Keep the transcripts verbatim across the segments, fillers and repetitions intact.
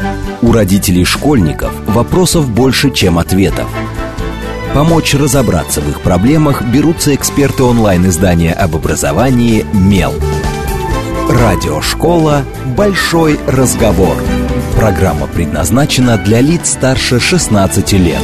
У родителей школьников вопросов больше, чем ответов. Помочь разобраться в их проблемах берутся эксперты онлайн-издания об образовании «Мел». Радиошкола «Большой разговор». Программа предназначена для лиц старше шестнадцати лет.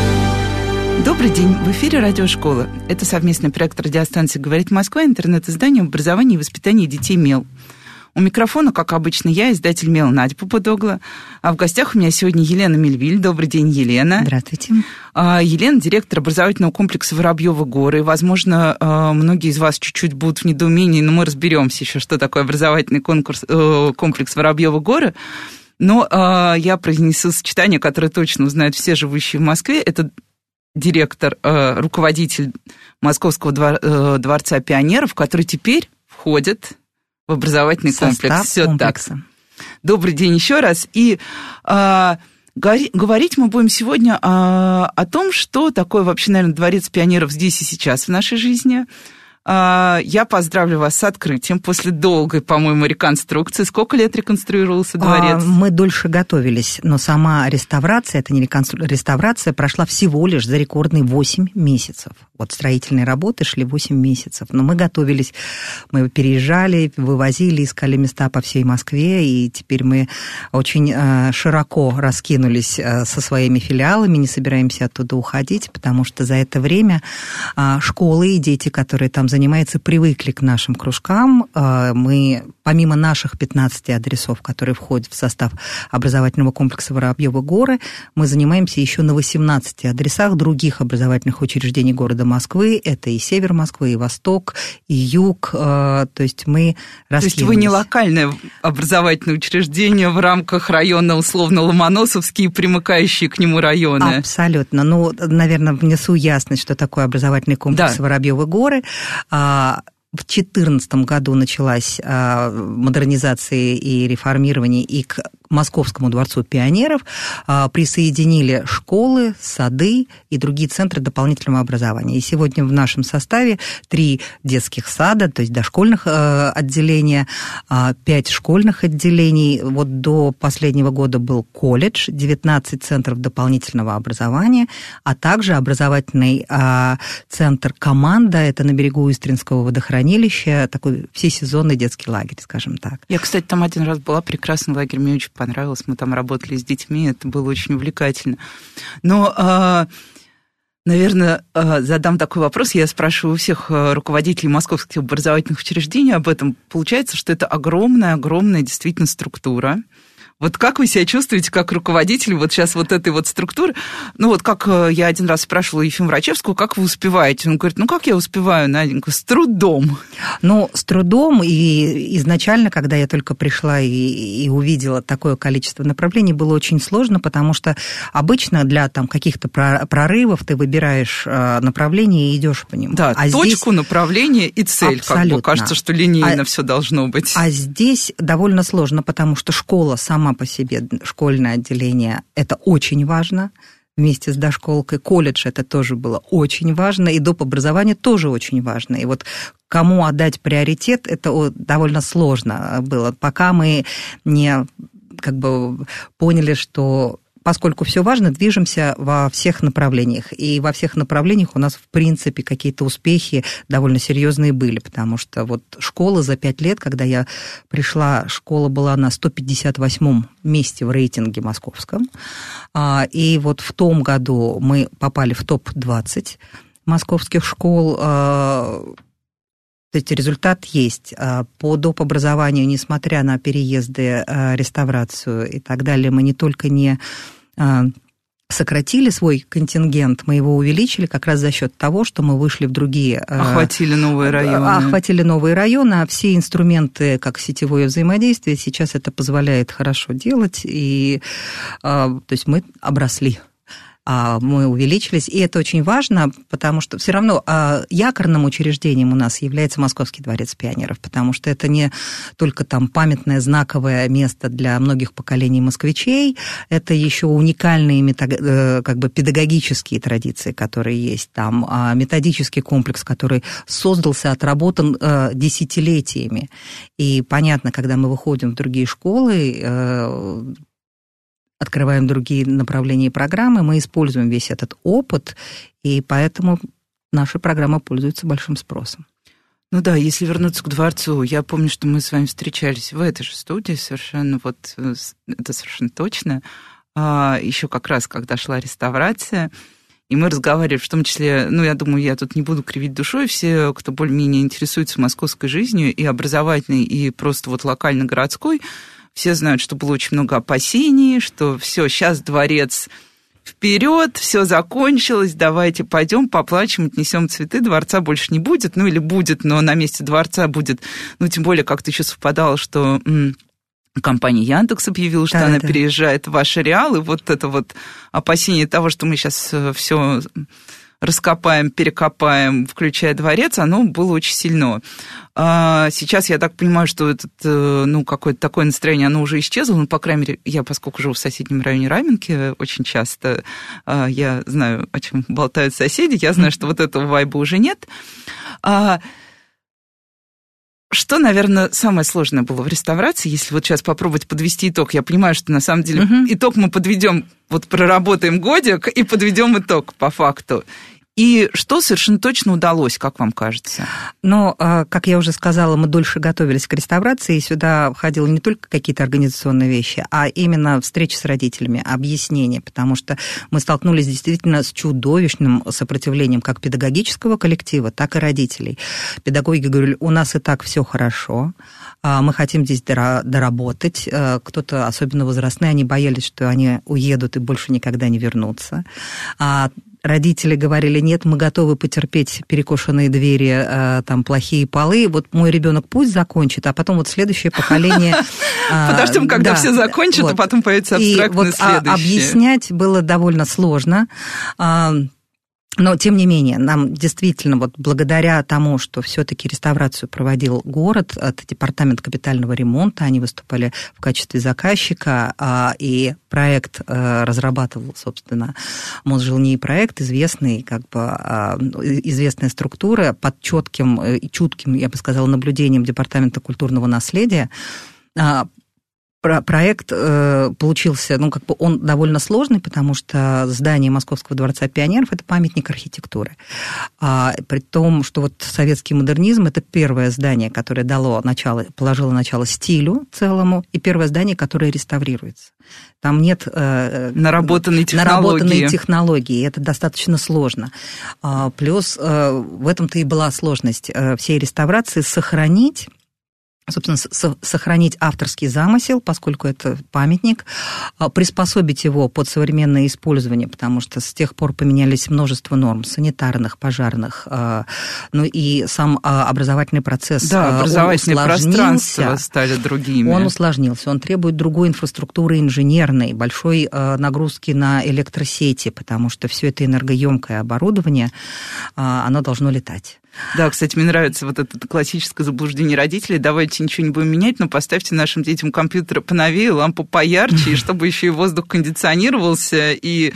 Добрый день, в эфире Радиошкола. Это совместный проект радиостанции «Говорит Москва», интернет-издание об образовании и воспитании детей «Мел». У микрофона, как обычно, я, издатель «Мел» Надя Попудогла. А в гостях у меня сегодня Елена Мельвиль. Добрый день, Елена. Здравствуйте. Елена, директор образовательного комплекса «Воробьевы горы». Возможно, многие из вас чуть-чуть будут в недоумении, но мы разберемся еще, что такое образовательный конкурс, комплекс «Воробьевы горы». Но я произнесу сочетание, которое точно узнают все живущие в Москве. Это директор, руководитель Московского дворца пионеров, который теперь входит в образовательный комплекс. Все комплекса. Так. Добрый день еще раз. И а, говорить мы будем сегодня а, о том, что такое вообще, наверное, дворец пионеров здесь и сейчас в нашей жизни. А, я поздравлю вас с открытием после долгой, по-моему, реконструкции. Сколько лет реконструировался дворец? А, мы дольше готовились, но сама реставрация, это не реконстру... реставрация, прошла всего лишь за рекордные восемь месяцев. Вот строительные работы шли восемь месяцев, но мы готовились, мы переезжали, вывозили, искали места по всей Москве, и теперь мы очень э, широко раскинулись э, со своими филиалами, не собираемся оттуда уходить, потому что за это время э, школы и дети, которые там занимаются, привыкли к нашим кружкам. Э, мы, помимо наших пятнадцати адресов, которые входят в состав образовательного комплекса «Воробьевы горы», мы занимаемся еще на восемнадцати адресах других образовательных учреждений города Москвы. Это и север Москвы, и восток, и юг. То есть мы раскинулись. То есть вы не локальное образовательное учреждение в рамках района, условно, Ломоносовский и примыкающие к нему районы? Абсолютно. Ну, наверное, внесу ясность, что такое образовательный комплекс да. «Воробьевы горы». В две тысячи четырнадцатом году началась модернизация и реформирование, и к Московскому дворцу пионеров присоединили школы, сады и другие центры дополнительного образования. И сегодня в нашем составе три детских сада, то есть дошкольных отделения, пять школьных отделений. Вот до последнего года был колледж, девятнадцать центров дополнительного образования, а также образовательный центр «Команда», это на берегу Истринского водохранилища, такой всесезонный детский лагерь, скажем так. Я, кстати, там один раз была, прекрасный лагерь, мне очень понравилось, мы там работали с детьми, это было очень увлекательно. Но, наверное, задам такой вопрос, я спрашиваю у всех руководителей московских образовательных учреждений об этом. Получается, что это огромная-огромная действительно структура. Вот как вы себя чувствуете как руководитель вот сейчас вот этой вот структуры? Ну вот как я один раз спрашивала Ефима Врачевского, как вы успеваете? Он говорит, ну как я успеваю, Наденька, с трудом. Ну, с трудом, и изначально, когда я только пришла и, и увидела такое количество направлений, было очень сложно, потому что обычно для там каких-то прорывов ты выбираешь направление и идешь по нему. Да, а точку, здесь... направление и цель. Абсолютно. Как бы кажется, что линейно а... все должно быть. А здесь довольно сложно, потому что школа сама по себе, школьное отделение, это очень важно, вместе с дошколкой. Колледж это тоже было очень важно, и доп. Образование тоже очень важно. И вот кому отдать приоритет, это довольно сложно было, пока мы не как бы поняли, что поскольку все важно, движемся во всех направлениях. И во всех направлениях у нас, в принципе, какие-то успехи довольно серьезные были, потому что вот школа за пять лет, когда я пришла, школа была на сто пятьдесят восьмом месте в рейтинге московском. И вот в том году мы попали в топ двадцать московских школ. То есть результат есть. По доп. Образованию, несмотря на переезды, реставрацию и так далее, мы не только не сократили свой контингент, мы его увеличили как раз за счет того, что мы вышли в другие... Охватили новые районы. Охватили новые районы, а все инструменты, как сетевое взаимодействие, сейчас это позволяет хорошо делать, и то есть мы обросли. Мы увеличились, и это очень важно, потому что все равно якорным учреждением у нас является Московский дворец пионеров, потому что это не только там памятное, знаковое место для многих поколений москвичей, это еще уникальные как бы педагогические традиции, которые есть там, методический комплекс, который создался, отработан десятилетиями. И понятно, когда мы выходим в другие школы, открываем другие направления и программы, мы используем весь этот опыт, и поэтому наши программы пользуются большим спросом. Ну да, если вернуться к дворцу, я помню, что мы с вами встречались в этой же студии, совершенно вот, это совершенно точно, еще как раз, когда шла реставрация, и мы разговаривали, в том числе, ну, я думаю, я тут не буду кривить душой, все, кто более-менее интересуется московской жизнью, и образовательной, и просто вот локально-городской, все знают, что было очень много опасений, что все, сейчас дворец вперед, все закончилось, давайте пойдем, поплачем, отнесем цветы, дворца больше не будет, ну или будет, но на месте дворца будет, ну тем более как-то еще совпадало, что м, компания Яндекс объявила, что да, она да. переезжает в ваш ареал, и вот это вот опасение того, что мы сейчас все раскопаем, перекопаем, включая дворец, оно было очень сильно. А сейчас я так понимаю, что этот, ну, какое-то такое настроение, оно уже исчезло, ну, по крайней мере, я, поскольку живу в соседнем районе Раменки, очень часто я знаю, о чем болтают соседи, я знаю, что вот этого вайба уже нет. Что, наверное, самое сложное было в реставрации, если вот сейчас попробовать подвести итог? Я понимаю, что на самом деле uh-huh. итог мы подведем, вот проработаем годик и подведем итог по факту. И что совершенно точно удалось, как вам кажется? Ну, как я уже сказала, мы дольше готовились к реставрации, и сюда входило не только какие-то организационные вещи, а именно встречи с родителями, объяснения, потому что мы столкнулись действительно с чудовищным сопротивлением как педагогического коллектива, так и родителей. Педагоги говорили, у нас и так все хорошо, мы хотим здесь доработать. Кто-то, особенно возрастные, они боялись, что они уедут и больше никогда не вернутся. Родители говорили, нет, мы готовы потерпеть перекошенные двери, там, плохие полы. Вот мой ребенок пусть закончит, а потом вот следующее поколение... Подождем, когда все закончат, а потом появится абстрактное следующее. Объяснять было довольно сложно. Но, тем не менее, нам действительно, вот благодаря тому, что все-таки реставрацию проводил город, это департамент капитального ремонта, они выступали в качестве заказчика, и проект разрабатывал, собственно, Мосжилни проект, известный, как бы, известная структура под четким и чутким, я бы сказала, наблюдением Департамента культурного наследия. Проект получился, ну, как бы он довольно сложный, потому что здание Московского дворца пионеров – это памятник архитектуры. А, при том, что вот советский модернизм – это первое здание, которое дало начало, положило начало стилю целому, и первое здание, которое реставрируется. Там нет э, наработанной технологии. наработанной технологии, и это достаточно сложно. А, плюс э, в этом-то и была сложность э, всей реставрации – сохранить, собственно, сохранить авторский замысел, поскольку это памятник, приспособить его под современное использование, потому что с тех пор поменялись множество норм санитарных, пожарных, ну и сам образовательный процесс. Да, образовательные пространства стали другими. Он усложнился, он требует другой инфраструктуры инженерной, большой нагрузки на электросети, потому что все это энергоемкое оборудование, оно должно летать. Да, кстати, мне нравится вот это классическое заблуждение родителей. Давайте ничего не будем менять, но поставьте нашим детям компьютеры поновее, лампу поярче, и чтобы еще и воздух кондиционировался, и...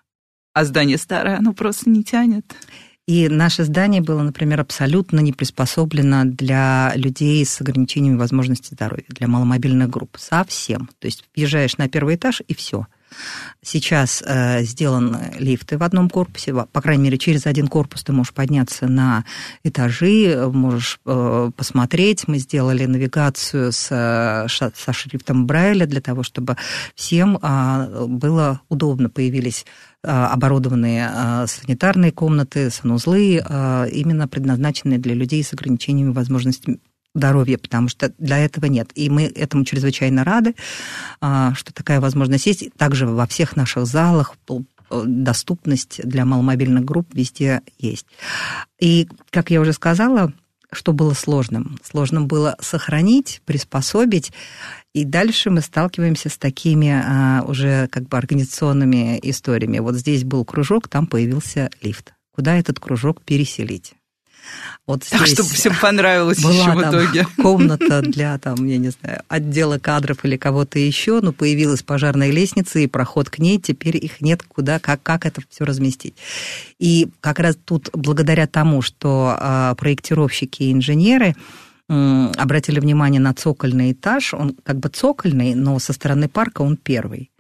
а здание старое, оно просто не тянет. И наше здание было, например, абсолютно не приспособлено для людей с ограничениями возможностей здоровья, для маломобильных групп. Совсем. То есть въезжаешь на первый этаж, и все. Сейчас э, сделаны лифты в одном корпусе, по крайней мере, через один корпус ты можешь подняться на этажи, можешь э, посмотреть. Мы сделали навигацию с, со шрифтом Брайля для того, чтобы всем э, было удобно. Появились э, оборудованные э, санитарные комнаты, санузлы, э, именно предназначенные для людей с ограничениями возможностей здоровья, потому что для этого нет. И мы этому чрезвычайно рады, что такая возможность есть. Также во всех наших залах доступность для маломобильных групп везде есть. И, как я уже сказала, что было сложным? Сложным было сохранить, приспособить, и дальше мы сталкиваемся с такими уже как бы организационными историями. Вот здесь был кружок, там появился лифт. Куда этот кружок переселить? Вот так, чтобы всем понравилось была еще в итоге. Комната для, там, я не знаю, отдела кадров или кого-то еще, но появилась пожарная лестница и проход к ней, теперь их нет куда, как, как это все разместить. И как раз тут, благодаря тому, что а, проектировщики и инженеры м, обратили внимание на цокольный этаж, он как бы цокольный, но со стороны парка он первый.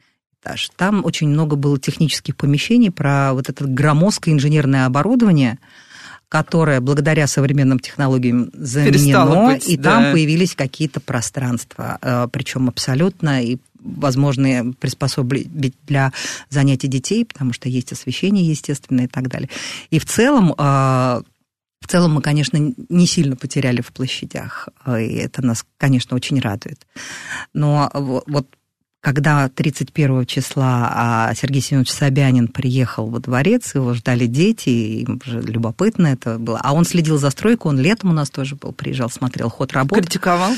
этаж. Там очень много было технических помещений про вот это громоздкое инженерное оборудование, которое благодаря современным технологиям заменено, быть, и да. Там появились какие-то пространства, причем абсолютно и возможные приспособить для занятий детей, потому что есть освещение, естественно, и так далее. И в целом, в целом мы, конечно, не сильно потеряли в площадях, и это нас, конечно, очень радует. Но вот когда тридцать первого числа Сергей Семенович Собянин приехал во дворец, его ждали дети, им же любопытно это было. А он следил за стройкой, он летом у нас тоже был, приезжал, смотрел ход работ. Критиковал?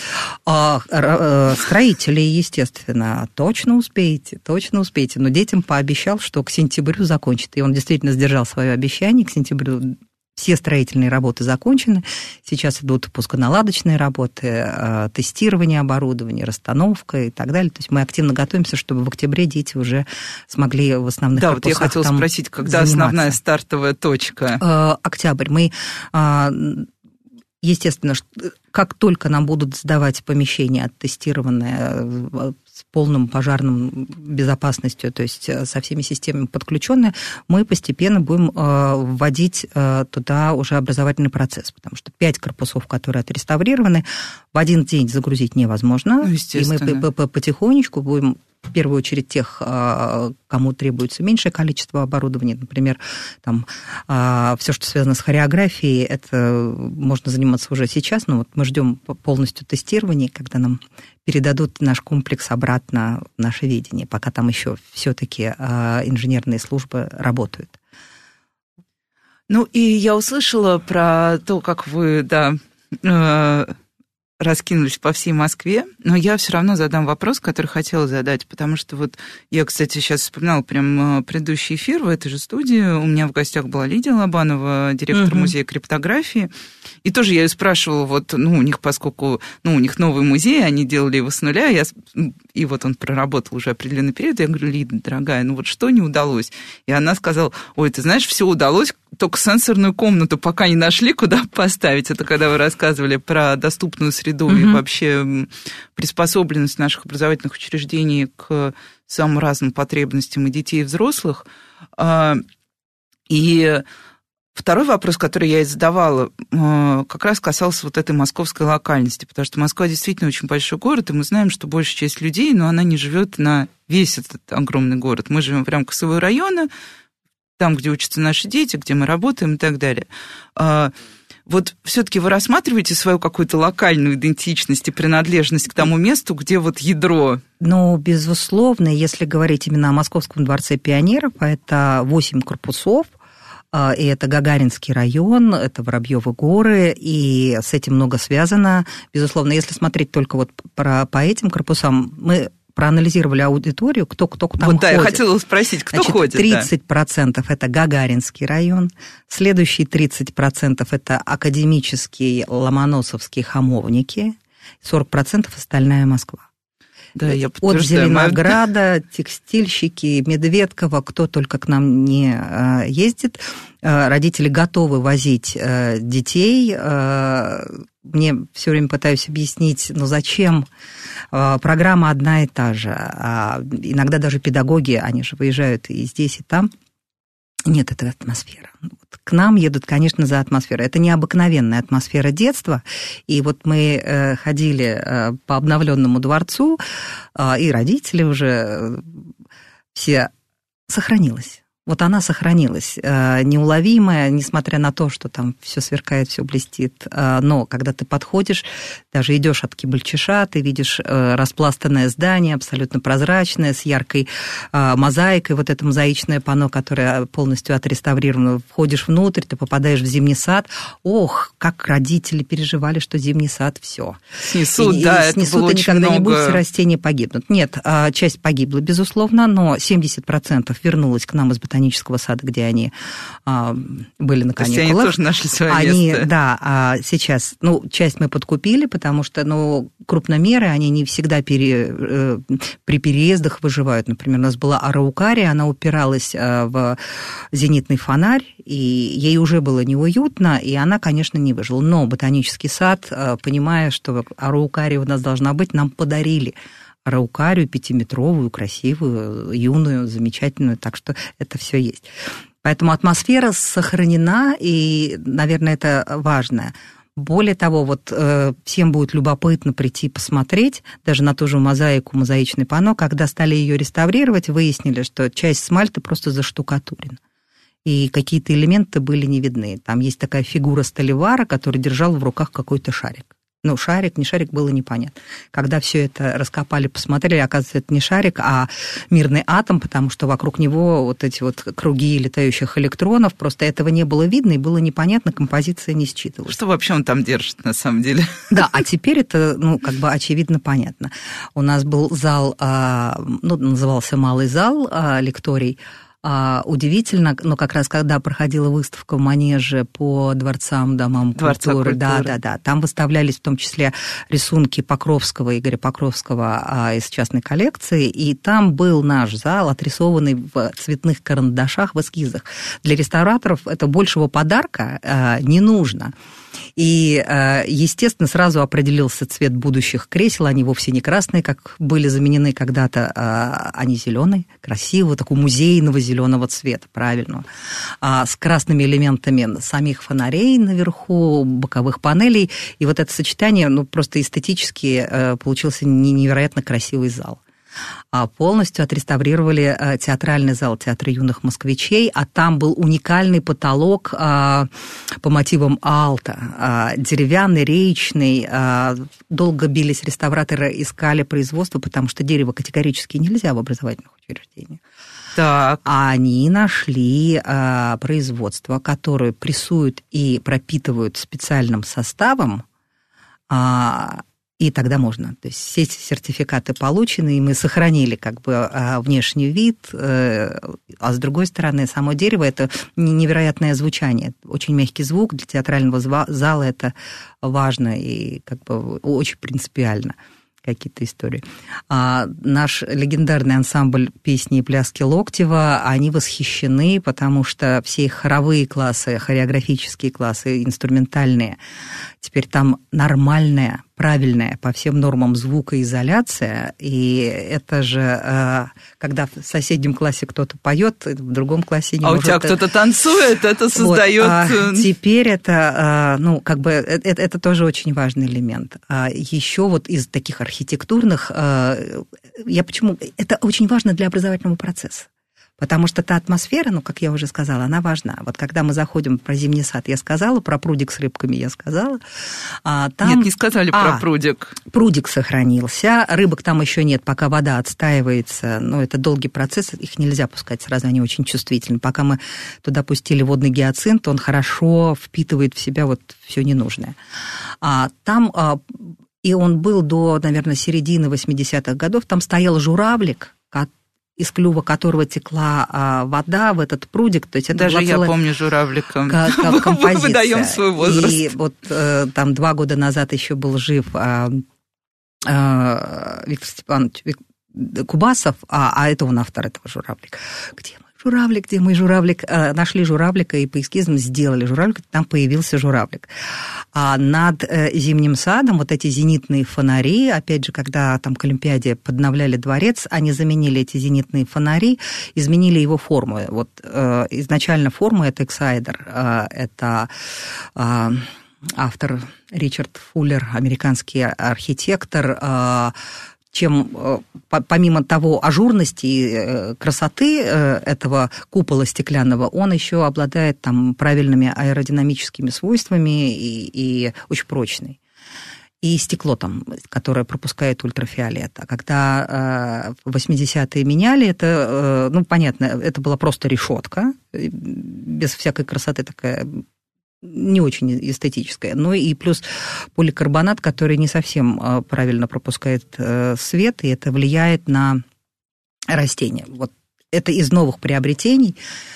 Строителей, естественно, точно успеете, точно успеете. Но детям пообещал, что к сентябрю закончит. И он действительно сдержал свое обещание, к сентябрю все строительные работы закончены. Сейчас идут пусконаладочные работы, тестирование оборудования, расстановка и так далее. То есть мы активно готовимся, чтобы в октябре дети уже смогли в основных да, корпусах. Да, вот я хотела спросить, когда заниматься. Основная стартовая точка? Октябрь. Мы, естественно, как только нам будут сдавать помещения оттестированные с полным пожарным безопасностью, то есть со всеми системами подключенные, мы постепенно будем вводить туда уже образовательный процесс, потому что пять корпусов, которые отреставрированы, в один день загрузить невозможно, ну, и мы потихонечку будем в первую очередь тех, кому требуется меньшее количество оборудования, например, там, все, что связано с хореографией, это можно заниматься уже сейчас, но вот мы ждем полностью тестирования, когда нам передадут наш комплекс обратно в наше видение, пока там еще все-таки инженерные службы работают. Ну, и я услышала про то, как вы, да, раскинулись по всей Москве, но я все равно задам вопрос, который хотела задать, потому что вот я, кстати, сейчас вспоминала прям предыдущий эфир в этой же студии, у меня в гостях была Лидия Лобанова, директор uh-huh. музея криптографии, и тоже я ее спрашивала, вот, ну, у них, поскольку, ну, у них новый музей, они делали его с нуля, я, и вот он проработал уже определенный период, я говорю, Лида, дорогая, ну вот что не удалось? И она сказала, ой, ты знаешь, все удалось, только сенсорную комнату пока не нашли, куда поставить. Это когда вы рассказывали про доступную среду mm-hmm. и вообще приспособленность наших образовательных учреждений к самым разным потребностям и детей, и взрослых. И второй вопрос, который я и задавала, как раз касался вот этой московской локальности, потому что Москва действительно очень большой город, и мы знаем, что большая часть людей, но она не живет на весь этот огромный город. Мы живем в рамках своего района, там, где учатся наши дети, где мы работаем и так далее. Вот все-таки вы рассматриваете свою какую-то локальную идентичность и принадлежность к тому месту, где вот ядро? Ну, безусловно, если говорить именно о Московском дворце пионеров, это восемь корпусов, и это Гагаринский район, это Воробьёвы горы, и с этим много связано. Безусловно, если смотреть только вот про, по этим корпусам, мы проанализировали аудиторию, кто, кто там вот, ходит. Да, я хотела спросить, кто Значит, ходит? тридцать процентов да. это Гагаринский район, следующие тридцать процентов это академические ломоносовские хамовники, сорок процентов остальная Москва. Да, я От Зеленограда, текстильщики, Медведково, кто только к нам не ездит. Родители готовы возить детей. Мне все время пытаюсь объяснить, ну зачем? Программа одна и та же. Иногда даже педагоги, они же выезжают и здесь, и там. Нет этой атмосферы. К нам едут, конечно, за атмосферой. Это необыкновенная атмосфера детства. И вот мы ходили по обновленному дворцу, и родители уже все сохранилось. Вот она сохранилась, неуловимая, несмотря на то, что там все сверкает, все блестит. Но когда ты подходишь, даже идешь от Кибальчиша, ты видишь распластанное здание, абсолютно прозрачное, с яркой мозаикой, вот это мозаичное панно, которое полностью отреставрировано. Входишь внутрь, ты попадаешь в зимний сад. Ох, как родители переживали, что зимний сад все. Снесут, и, да, и снесут, и никогда много... не будет, все растения погибнут. Нет, часть погибла, безусловно, но семьдесят процентов вернулась к нам из ботанического ботанического сада, где они а, были на каникулах. То есть они тоже нашли свое они, место. Да, а сейчас, ну, часть мы подкупили, потому что, ну, крупномеры, они не всегда пере, э, при переездах выживают. Например, у нас была араукария, она упиралась э, в зенитный фонарь, и ей уже было неуютно, и она, конечно, не выжила. Но ботанический сад, э, понимая, что араукария у нас должна быть, нам подарили араукарию пятиметровую, красивую, юную, замечательную, так что это все есть. Поэтому атмосфера сохранена, и, наверное, это важно. Более того, вот э, всем будет любопытно прийти посмотреть, даже на ту же мозаику, мозаичный панно, когда стали ее реставрировать, выяснили, что часть смальты просто заштукатурена. И какие-то элементы были не видны. Там есть такая фигура Столивара, который держал в руках какой-то шарик. Ну, шарик, не шарик, было непонятно. Когда все это раскопали, посмотрели, оказывается, это не шарик, а мирный атом, потому что вокруг него вот эти вот круги летающих электронов, просто этого не было видно, и было непонятно, композиция не считывалась. Что вообще он там держит, на самом деле? Да, а теперь это, ну, как бы очевидно понятно. У нас был зал, ну, назывался «Малый зал», лекторий. Удивительно, но как раз когда проходила выставка в Манеже по дворцам, домам Дворца культуры, культуры, да, да, да, там выставлялись в том числе рисунки Покровского, Игоря Покровского из частной коллекции, и там был наш зал, отрисованный в цветных карандашах, в эскизах. Для реставраторов это большего подарка не нужно. И, естественно, сразу определился цвет будущих кресел. Они вовсе не красные, как были заменены когда-то. Они зеленые, красивого, такого музейного зеленого цвета, правильного. С красными элементами самих фонарей наверху, боковых панелей. И вот это сочетание, ну, просто эстетически получился невероятно красивый зал. Полностью отреставрировали театральный зал Театра юных москвичей, а там был уникальный потолок по мотивам Aalto, деревянный, речный. Долго бились реставраторы, искали производство, потому что дерево категорически нельзя в образовательных учреждениях. Так. А они нашли производство, которое прессуют и пропитывают специальным составом, и тогда можно. То есть все сертификаты получены, и мы сохранили как бы внешний вид, а с другой стороны, само дерево – это невероятное звучание. Очень мягкий звук для театрального зала – это важно и как бы очень принципиально. Какие-то истории. А наш легендарный ансамбль песни и пляски Локтева, они восхищены, потому что все их хоровые классы, хореографические классы, инструментальные, теперь там нормальная, правильная по всем нормам звукоизоляция, и это же, когда в соседнем классе кто-то поет, в другом классе не а может... А у тебя кто-то танцует, это создает... Вот, а теперь это, ну, как бы, это, это тоже очень важный элемент. А еще вот из таких архитектурных, я почему... Это очень важно для образовательного процесса. Потому что та атмосфера, ну, как я уже сказала, она важна. Вот когда мы заходим про зимний сад, я сказала, про прудик с рыбками я сказала. А там... Нет, не сказали а, про прудик. Прудик сохранился, рыбок там еще нет, пока вода отстаивается. Ну, это долгий процесс, их нельзя пускать сразу, они очень чувствительны. Пока мы туда пустили водный гиацинт, он хорошо впитывает в себя вот все ненужное. А там... И он был до, наверное, середины восьмидесятых годов, там стоял журавлик, из клюва которого текла а, вода в этот прудик. То есть это даже я целая... помню журавлика. Композиция. Выдаем свой возраст. И вот э, там два года назад еще был жив а, а, Виктор Степанович Кубасов, а, а это он автор этого журавлика. Где мой журавлик, где мой журавлик? А, нашли журавлика и по эскизам сделали журавлик, там появился журавлик. А над э, зимним садом вот эти зенитные фонари, опять же, когда там к Олимпиаде подновляли дворец, они заменили эти зенитные фонари, изменили его форму. Вот э, изначально форма – это Эксайдер, э, это э, автор Ричард Фуллер, американский архитектор, э, чем помимо того ажурности и красоты этого купола стеклянного, он еще обладает там правильными аэродинамическими свойствами и, и очень прочный. И стекло там, которое пропускает ультрафиолет. А когда в восьмидесятые меняли, это, ну, понятно, это была просто решетка, без всякой красоты такая... не очень эстетическая. Ну и плюс поликарбонат, который не совсем правильно пропускает свет, и это влияет на растения. Вот это из новых приобретений.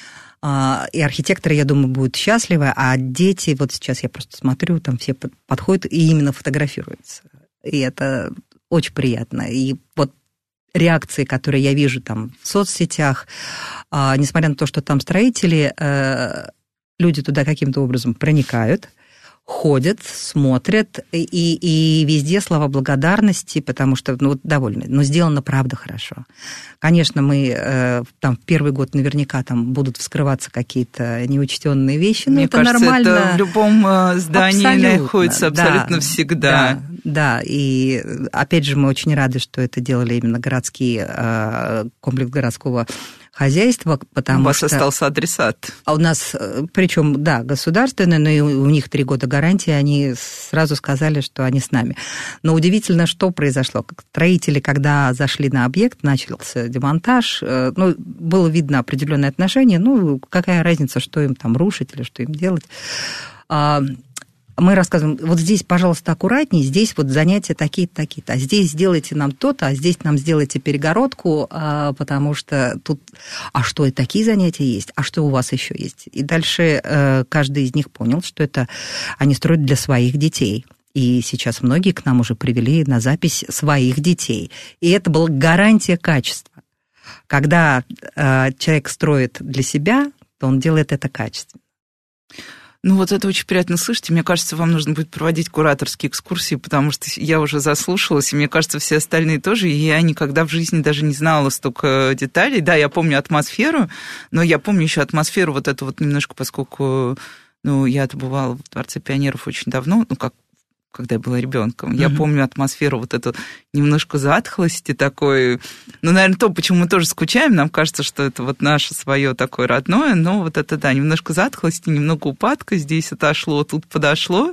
И архитекторы, я думаю, будут счастливы, а дети, вот сейчас я просто смотрю, там все подходят и именно фотографируются. И это очень приятно. И вот реакции, которые я вижу там в соцсетях, несмотря на то, что там строители... люди туда каким-то образом проникают, ходят, смотрят, и, и везде слова благодарности, потому что, ну, вот, довольны. Но сделано, правда, хорошо. Конечно, мы э, там в первый год наверняка там будут вскрываться какие-то неучтенные вещи, но Мне это кажется, нормально. Это в любом здании абсолютно, находится абсолютно да, всегда. Да, да, и опять же мы очень рады, что это делали именно городские, э, комплекс городского хозяйства, потому у вас что... остался адресат. А у нас, причем, да, государственные, но и у них три года гарантии, они сразу сказали, что они с нами. Но удивительно, что произошло. Строители, когда зашли на объект, начался демонтаж, ну, было видно определенное отношение, ну, какая разница, что им там рушить или что им делать. Мы рассказываем, вот здесь, пожалуйста, аккуратнее, здесь вот занятия такие-то, такие-то, а здесь сделайте нам то-то, а здесь нам сделайте перегородку, потому что тут, а что, и такие занятия есть, а что у вас еще есть? И дальше каждый из них понял, что это они строят для своих детей. И сейчас многие к нам уже привели на запись своих детей. И это была гарантия качества. Когда человек строит для себя, то он делает это качественно. Ну, вот это очень приятно слышать. Мне кажется, вам нужно будет проводить кураторские экскурсии, потому что я уже заслушалась, и мне кажется, все остальные тоже. И я никогда в жизни даже не знала столько деталей. Да, я помню атмосферу, но я помню еще атмосферу вот эту вот немножко, поскольку, ну, я-то бывала в Дворце пионеров очень давно, ну, как когда я была ребенком. Я mm-hmm. помню атмосферу вот эту немножко затхлости такой. Ну, наверное, то, почему мы тоже скучаем, нам кажется, что это вот наше свое такое родное, но вот это, да, немножко затхлости, немного упадка, здесь отошло, тут подошло.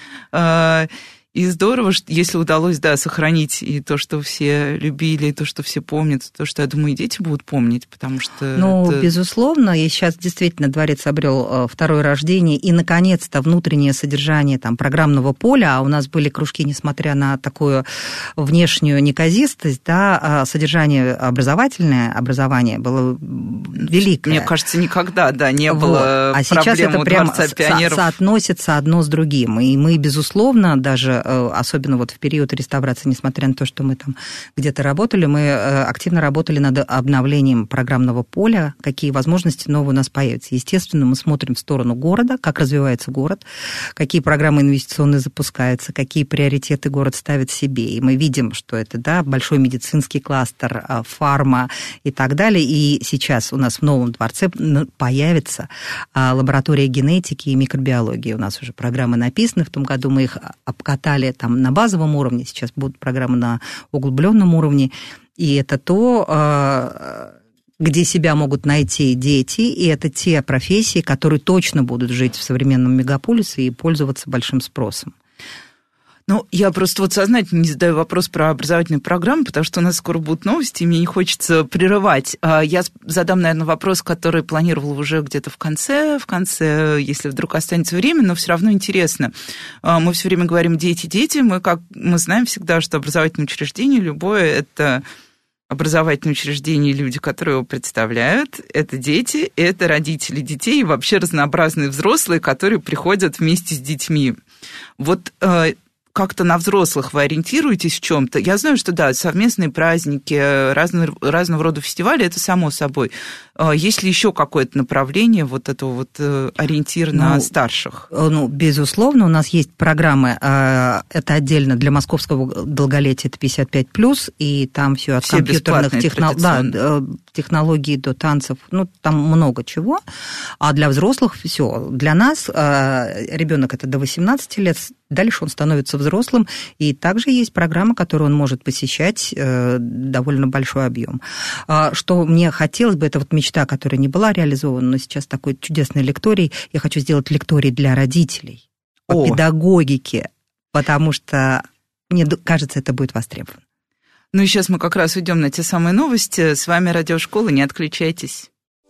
И здорово, что если удалось, да, сохранить и то, что все любили, и то, что все помнят, то, что, я думаю, и дети будут помнить, потому что... Ну, это... безусловно, и сейчас действительно дворец обрел второе рождение, и, наконец-то, внутреннее содержание там, программного поля, а у нас были кружки, несмотря на такую внешнюю неказистость, да, содержание образовательное, образование было великое. Мне кажется, никогда, да, не вот. было а сейчас это прямо пионеров. Соотносится одно с другим, и мы, безусловно, даже особенно вот в период реставрации, несмотря на то, что мы там где-то работали, мы активно работали над обновлением программного поля, какие возможности новые у нас появятся. Естественно, мы смотрим в сторону города, как развивается город, какие программы инвестиционные запускаются, какие приоритеты город ставит себе. И мы видим, что это, да, большой медицинский кластер, фарма и так далее. И сейчас у нас в новом дворце появится лаборатория генетики и микробиологии. У нас уже программы написаны, в том году мы их обкатали там на базовом уровне, сейчас будут программы на углубленном уровне, и это то, где себя могут найти дети, и это те профессии, которые точно будут жить в современном мегаполисе и пользоваться большим спросом. Ну, я просто вот сознательно не задаю вопрос про образовательную программу, потому что у нас скоро будут новости, и мне не хочется прерывать. Я задам, наверное, вопрос, который планировала уже где-то в конце, в конце, если вдруг останется время, но все равно интересно. Мы все время говорим «дети, дети». Мы, как, мы знаем всегда, что образовательное учреждение любое – это образовательное учреждение, люди, которые его представляют, это дети, это родители детей и вообще разнообразные взрослые, которые приходят вместе с детьми. Вот как-то на взрослых вы ориентируетесь в чем-то? Я знаю, что да, совместные праздники, разные, разного рода фестивали, это само собой. Есть ли еще какое-то направление вот этого вот ориентира ну, на старших? Ну, безусловно, у нас есть программы, это отдельно для московского долголетия, это пятьдесят пять плюс, и там все от все компьютерных техно... да, технологий до танцев, ну, там много чего. А для взрослых все. Для нас ребенок это до восемнадцати лет, дальше он становится взрослым, и также есть программа, которую он может посещать довольно большой объем. Что мне хотелось бы, это вот мечта, которая не была реализована, но сейчас такой чудесный лекторий, я хочу сделать лекторий для родителей по О. педагогике, потому что, мне кажется, это будет востребовано. Ну и сейчас мы как раз уйдем на те самые новости. С вами Радиошкола, не отключайтесь.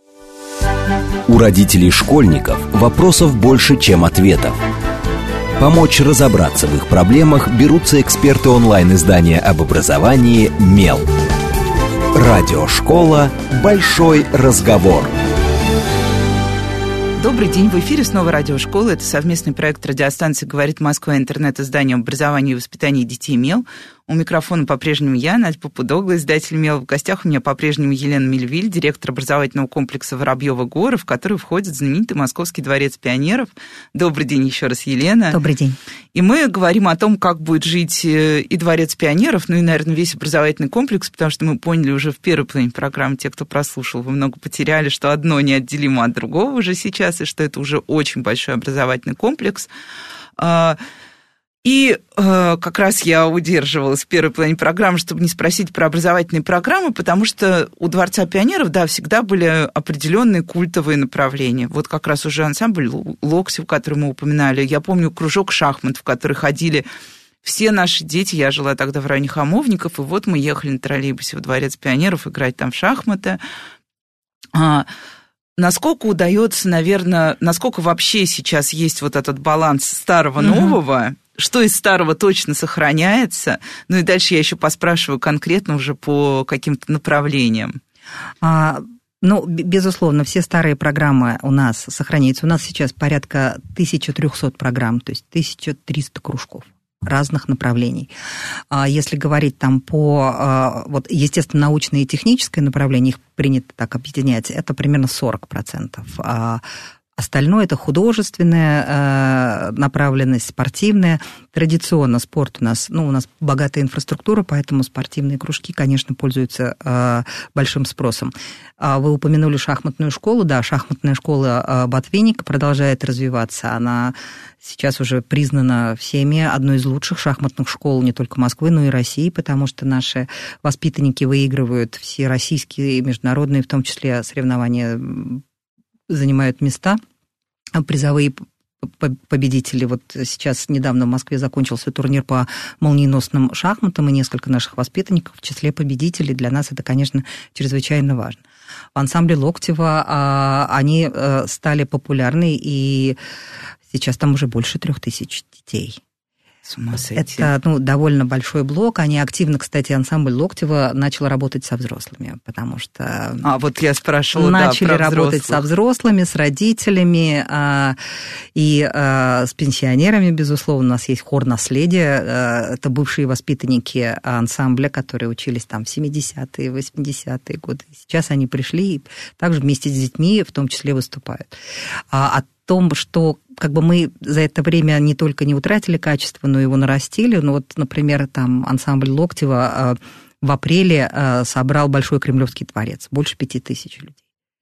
У родителей школьников вопросов больше, чем ответов. Помочь разобраться в их проблемах берутся эксперты онлайн-издания об образовании «Мел». Радиошкола «Большой разговор». Добрый день, в эфире снова Радиошкола. Это совместный проект радиостанции «Говорит Москва», интернет-издание об образовании и воспитании детей «Мел». У микрофона по-прежнему я, Надя Попудогла, издатель «Мел». В гостях у меня по-прежнему Елена Мельвиль, директор образовательного комплекса «Воробьёвы горы», в который входит знаменитый Московский дворец пионеров. Добрый день еще раз, Елена. Добрый день. И мы говорим о том, как будет жить и дворец пионеров, ну и, наверное, весь образовательный комплекс, потому что мы поняли уже в первой половине программы, те, кто прослушал, вы много потеряли, что одно неотделимо от другого уже сейчас, и что это уже очень большой образовательный комплекс. И э, как раз я удерживалась в первой половине программы, чтобы не спросить про образовательные программы, потому что у Дворца пионеров, да, всегда были определенные культовые направления. Вот как раз уже ансамбль «Локтев», который мы упоминали. Я помню кружок шахмат, в который ходили все наши дети. Я жила тогда в районе Хамовников, и вот мы ехали на троллейбусе в Дворец пионеров играть там в шахматы. А, насколько удается, наверное, насколько вообще сейчас есть вот этот баланс старого-нового, mm-hmm. Что из старого точно сохраняется? Ну и дальше я еще поспрашиваю конкретно уже по каким-то направлениям. А, ну, безусловно, все старые программы у нас сохраняются. У нас сейчас порядка тысяча триста программ, то есть тысяча триста кружков разных направлений. Если говорить там по, вот, естественно-научное и техническое направление, их принято так объединять, это примерно сорок процентов. Остальное – это художественная э, направленность, спортивная. Традиционно спорт у нас, ну, у нас богатая инфраструктура, поэтому спортивные кружки, конечно, пользуются э, большим спросом. Вы упомянули шахматную школу. Да, шахматная школа э, Ботвинника продолжает развиваться. Она сейчас уже признана всеми одной из лучших шахматных школ не только Москвы, но и России, потому что наши воспитанники выигрывают все российские и международные, в том числе соревнования, занимают места, призовые победители. Вот сейчас недавно в Москве закончился турнир по молниеносным шахматам, и несколько наших воспитанников в числе победителей. Для нас это, конечно, чрезвычайно важно. В ансамбле Локтева они стали популярны, и сейчас там уже больше трех тысяч детей. С ума сойти. Это, ну, довольно большой блок. Они активно, кстати, ансамбль Локтева начал работать со взрослыми, потому что... А, вот я спрашивала, начали да, про работать взрослых. со взрослыми, с родителями а, и а, с пенсионерами, безусловно. У нас есть хор наследия. А, это бывшие воспитанники ансамбля, которые учились там в семидесятые, восьмидесятые годы. Сейчас они пришли и также вместе с детьми в том числе выступают. А, о том, что как бы мы за это время не только не утратили качество, но его нарастили. Ну вот, например, там ансамбль Локтева в апреле собрал Большой Кремлевский дворец, больше пяти тысяч людей.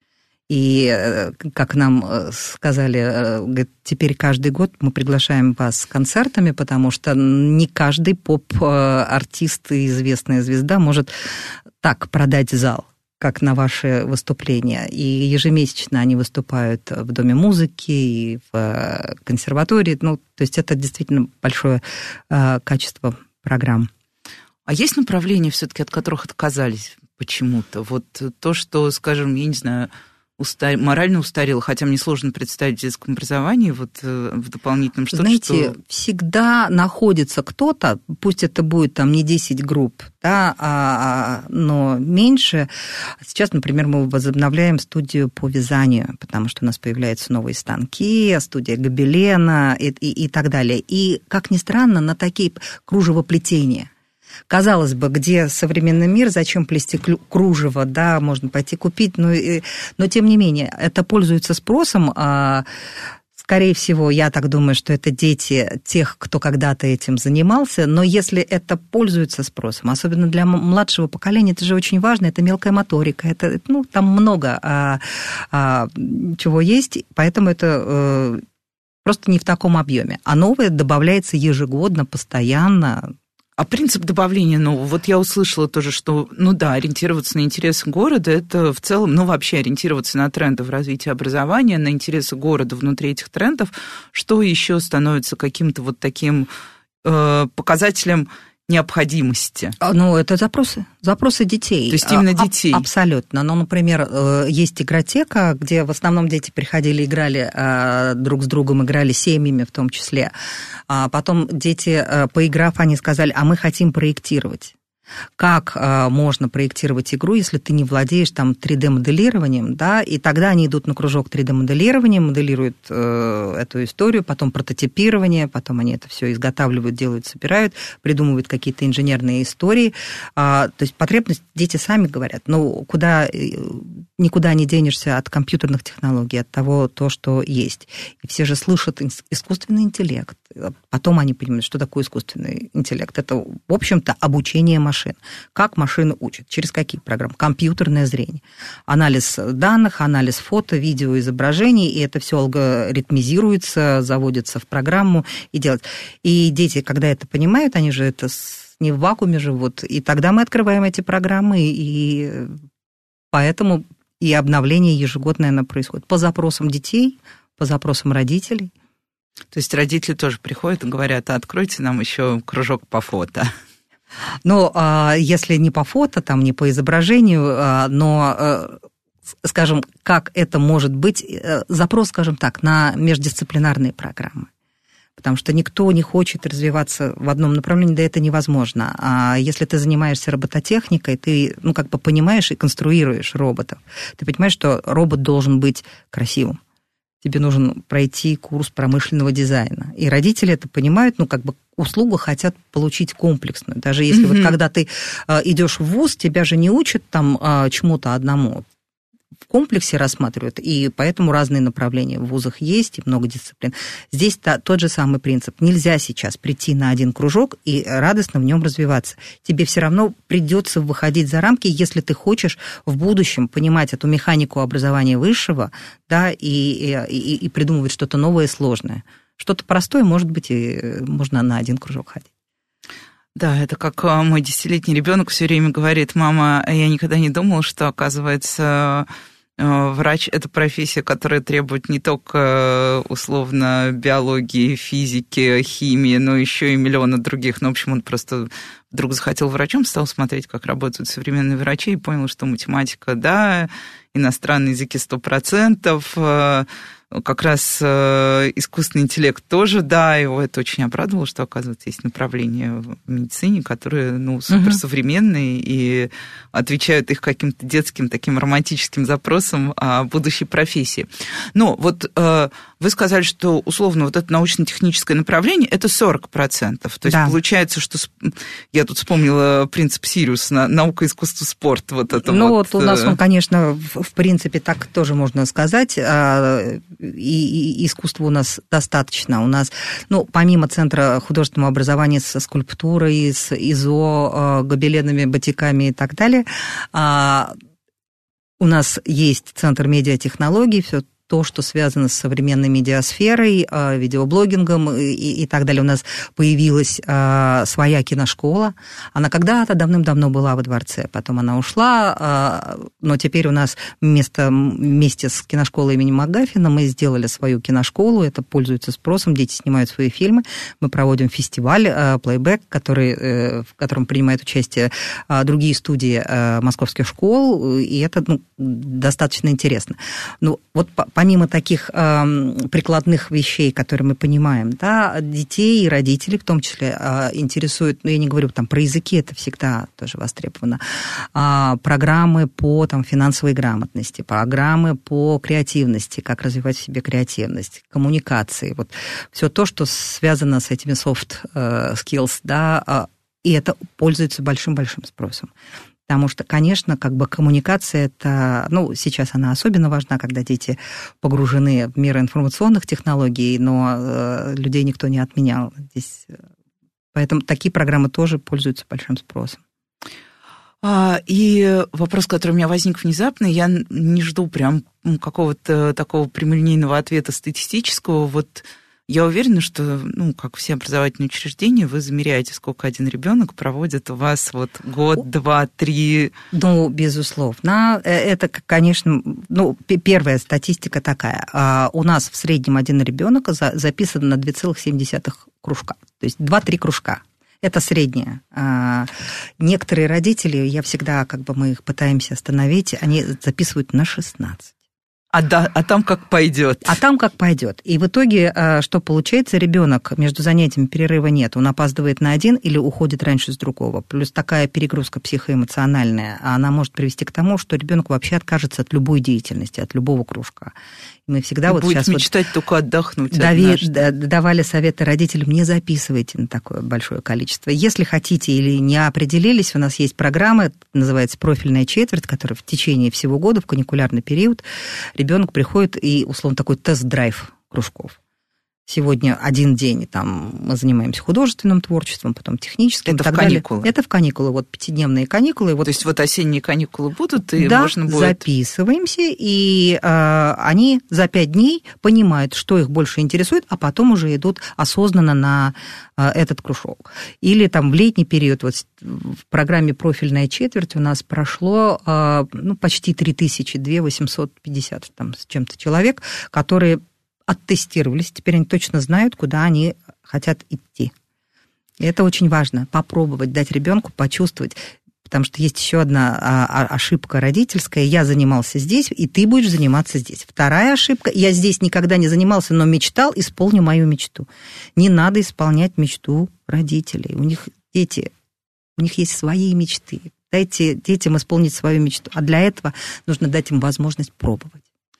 И, как нам сказали, говорит, теперь каждый год мы приглашаем вас с концертами, потому что не каждый поп-артист и известная звезда может так продать зал, как на ваши выступления. И ежемесячно они выступают в Доме музыки и в консерватории. Ну, то есть это действительно большое э, качество программ. А есть направления, все-таки, от которых отказались почему-то? Вот то, что, скажем, я не знаю, устар... морально устарело, хотя мне сложно представить в детском образовании, вот в дополнительном что-то. Знаете, что... всегда находится кто-то, пусть это будет там не десять групп, да, а, но меньше. Сейчас, например, мы возобновляем студию по вязанию, потому что у нас появляются новые станки, студия гобелена и, и, и так далее. И, как ни странно, на такие кружевоплетения. Казалось бы, где современный мир, зачем плести кружево, да, можно пойти купить, но, но тем не менее, это пользуется спросом. Скорее всего, я так думаю, что это дети тех, кто когда-то этим занимался, но если это пользуется спросом, особенно для младшего поколения, это же очень важно, это мелкая моторика, это, ну, там много а, а, чего есть, поэтому это... А, просто не в таком объеме. А новое добавляется ежегодно, постоянно. А принцип добавления нового, вот я услышала тоже, что, ну да, ориентироваться на интересы города, это в целом, ну вообще ориентироваться на тренды в развитии образования, на интересы города внутри этих трендов, что еще становится каким-то вот таким э, показателем необходимости? Ну, это запросы, запросы детей. То есть именно детей? А, абсолютно. Ну, например, есть игротека, где в основном дети приходили, играли друг с другом, играли семьями в том числе. А потом дети, поиграв, они сказали, а мы хотим проектировать. Как э, можно проектировать игру, если ты не владеешь там три дэ-моделированием, да, и тогда они идут на кружок три дэ-моделирования, моделируют э, эту историю, потом прототипирование, потом они это все изготавливают, делают, собирают, придумывают какие-то инженерные истории. А, то есть потребность, дети сами говорят, ну, куда, никуда не денешься от компьютерных технологий, от того, то, что есть. И все же слышат искусственный интеллект. Потом они понимают, что такое искусственный интеллект. Это, в общем-то, обучение машин. Как машины учат? Через какие программы? Компьютерное зрение. Анализ данных, анализ фото, видео, изображений, и это все алгоритмизируется, заводится в программу и делается. И дети, когда это понимают, они же это не в вакууме живут, и тогда мы открываем эти программы, и поэтому и обновление ежегодное оно происходит по запросам детей, по запросам родителей. То есть родители тоже приходят и говорят: а откройте нам еще кружок по фото. Ну, если не по фото, там, не по изображению, но, скажем, как это может быть, запрос, скажем так, на междисциплинарные программы. Потому что никто не хочет развиваться в одном направлении, да это невозможно. А если ты занимаешься робототехникой, ты, ну, как бы понимаешь и конструируешь роботов. Ты понимаешь, что робот должен быть красивым. Тебе нужно пройти курс промышленного дизайна. И родители это понимают, ну, как бы услугу хотят получить комплексную. Даже если mm-hmm. вот когда ты э, идешь в вуз, тебя же не учат там э, чему-то одному. В комплексе рассматривают, и поэтому разные направления в вузах есть, и много дисциплин. Здесь та, тот же самый принцип. Нельзя сейчас прийти на один кружок и радостно в нем развиваться. Тебе все равно придется выходить за рамки, если ты хочешь в будущем понимать эту механику образования высшего, да, и, и, и придумывать что-то новое и сложное. Что-то простое, может быть, и можно на один кружок ходить. Да, это как мой десятилетний ребенок все время говорит: мама, я никогда не думал, что, оказывается, врач – это профессия, которая требует не только, условно, биологии, физики, химии, но еще и миллиона других. Ну, в общем, он просто вдруг захотел врачом, стал смотреть, как работают современные врачи, и понял, что математика – да, иностранные языки – сто процентов, как раз искусственный интеллект тоже, да, его это очень обрадовало, что, оказывается, есть направления в медицине, которые, ну, суперсовременные и отвечают их каким-то детским таким романтическим запросам о будущей профессии. Но вот вы сказали, что, условно, вот это научно-техническое направление – это сорок процентов. То есть да. Получается, что… Я тут вспомнила принцип Сириуса, наука, искусство, спорт. Вот это ну, вот. вот у нас он, конечно, в, в принципе, так тоже можно сказать. И, и искусства у нас достаточно. У нас, ну, помимо Центра художественного образования со скульптурой, с ИЗО, гобеленами, батиками и так далее, у нас есть Центр медиатехнологий, все то, что связано с современной медиасферой, видеоблогингом и, и так далее. У нас появилась а, своя киношкола. Она когда-то давным-давно была во дворце, потом она ушла, а, но теперь у нас вместо, вместе с киношколой имени Магафина мы сделали свою киношколу, это пользуется спросом, дети снимают свои фильмы, мы проводим фестиваль а, «Плейбэк», который, в котором принимают участие а, другие студии а, московских школ, и это, ну, достаточно интересно. Ну, вот помимо таких э, прикладных вещей, которые мы понимаем, да, детей и родителей в том числе э, интересуют, ну, я не говорю там про языки, это всегда тоже востребовано, э, программы по там, финансовой грамотности, программы по креативности, как развивать в себе креативность, коммуникации, вот все то, что связано с этими soft э, skills, да, э, и это пользуется большим-большим спросом. Потому что, конечно, как бы коммуникация, это, ну, сейчас она особенно важна, когда дети погружены в мир информационных технологий, но э, людей никто не отменял здесь. Поэтому такие программы тоже пользуются большим спросом. И вопрос, который у меня возник внезапно, я не жду прям какого-то такого прямолинейного ответа статистического, вот. Я уверена, что, ну, как все образовательные учреждения, вы замеряете, сколько один ребенок проводит у вас вот год, два, три. Ну, безусловно. Это, конечно, ну, первая статистика такая. У нас в среднем один ребенок записан на два целых семь десятых кружка. То есть два-три кружка. Это среднее. Некоторые родители, я всегда, как бы мы их пытаемся остановить, они записывают на шестнадцать. А, да, а там как пойдет. А там как пойдет. И в итоге, что получается, ребенок между занятиями перерыва нет, он опаздывает на один или уходит раньше с другого. Плюс такая перегрузка психоэмоциональная, она может привести к тому, что ребенок вообще откажется от любой деятельности, от любого кружка. И мы всегда и вот будет сейчас мечтать вот только отдохнуть. дави, давали советы родителям: не записывайте на такое большое количество. Если хотите или не определились, у нас есть программа, называется «Профильная четверть», которая в течение всего года, в каникулярный период, ребенок приходит и, условно, такой тест-драйв кружков. Сегодня один день там мы занимаемся художественным творчеством, потом техническим. Это в каникулы? Далее. Это в каникулы, вот пятидневные каникулы. Вот. То есть вот осенние каникулы будут, и да, можно будет... записываемся, и э, они за пять дней понимают, что их больше интересует, а потом уже идут осознанно на э, этот кружок. Или там в летний период, вот в программе «Профильная четверть» у нас прошло э, ну, почти три тысячи, две тысячи восемьсот пятьдесят там, с чем-то человек, которые оттестировались, теперь они точно знают, куда они хотят идти. И это очень важно, попробовать, дать ребенку почувствовать, потому что есть еще одна ошибка родительская: я занимался здесь, и ты будешь заниматься здесь. Вторая ошибка: я здесь никогда не занимался, но мечтал, исполню мою мечту. Не надо исполнять мечту родителей. У них дети, у них есть свои мечты. Дайте детям исполнить свою мечту, а для этого нужно дать им возможность пробовать.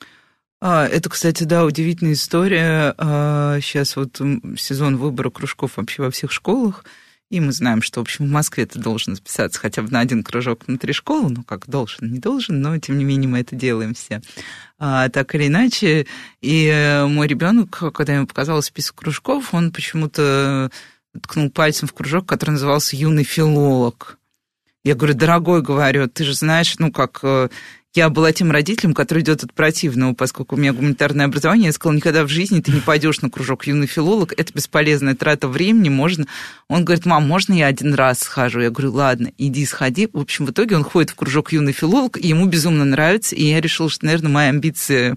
Это, кстати, да, удивительная история. Сейчас вот сезон выбора кружков вообще во всех школах, и мы знаем, что, в общем, в Москве ты должен записаться хотя бы на один кружок внутри школы, ну, как должен, не должен, но, тем не менее, мы это делаем все. А, так или иначе, и мой ребенок, когда ему показал список кружков, он почему-то ткнул пальцем в кружок, который назывался «Юный филолог». Я говорю: дорогой, говорю, ты же знаешь, ну, как... Я была тем родителем, который идет от противного, поскольку у меня гуманитарное образование. Я сказала: никогда в жизни ты не пойдешь на кружок «Юный филолог», это бесполезная трата времени, можно... Он говорит: мам, можно я один раз схожу? Я говорю: ладно, иди сходи. В общем, в итоге он ходит в кружок «Юный филолог», и ему безумно нравится, и я решила, что, наверное, мои амбиции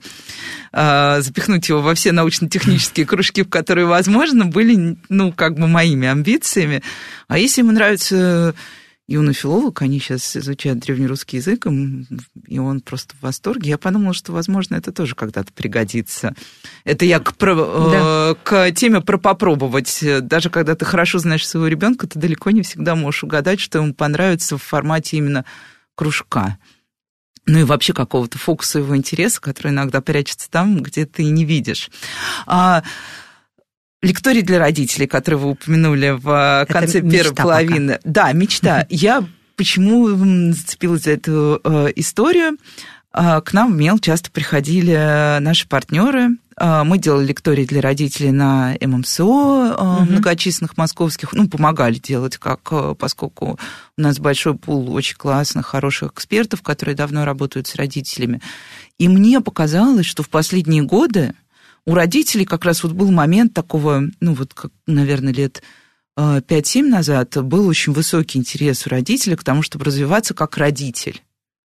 э, запихнуть его во все научно-технические кружки, в которые возможно, были, ну, как бы моими амбициями. А если ему нравится... Юный филолог, они сейчас изучают древнерусский язык, и он просто в восторге. Я подумала, что, возможно, это тоже когда-то пригодится. Это я к, про, да. э, к теме про попробовать. Даже когда ты хорошо знаешь своего ребенка, ты далеко не всегда можешь угадать, что ему понравится в формате именно кружка. Ну и вообще какого-то фокуса его интереса, который иногда прячется там, где ты не видишь. А, лекторий для родителей, который вы упомянули в это конце первой половины. Пока. Да, мечта. Я почему зацепилась за эту э, историю? Э, к нам в МЕЛ часто приходили наши партнеры. Э, мы делали лектории для родителей на эм эм эс о, э, угу. многочисленных московских. Ну, помогали делать, как, поскольку у нас большой пул очень классных, хороших экспертов, которые давно работают с родителями. И мне показалось, что в последние годы у родителей как раз вот был момент такого, ну вот, как, наверное, лет пять-семь назад был очень высокий интерес у родителей к тому, чтобы развиваться как родитель.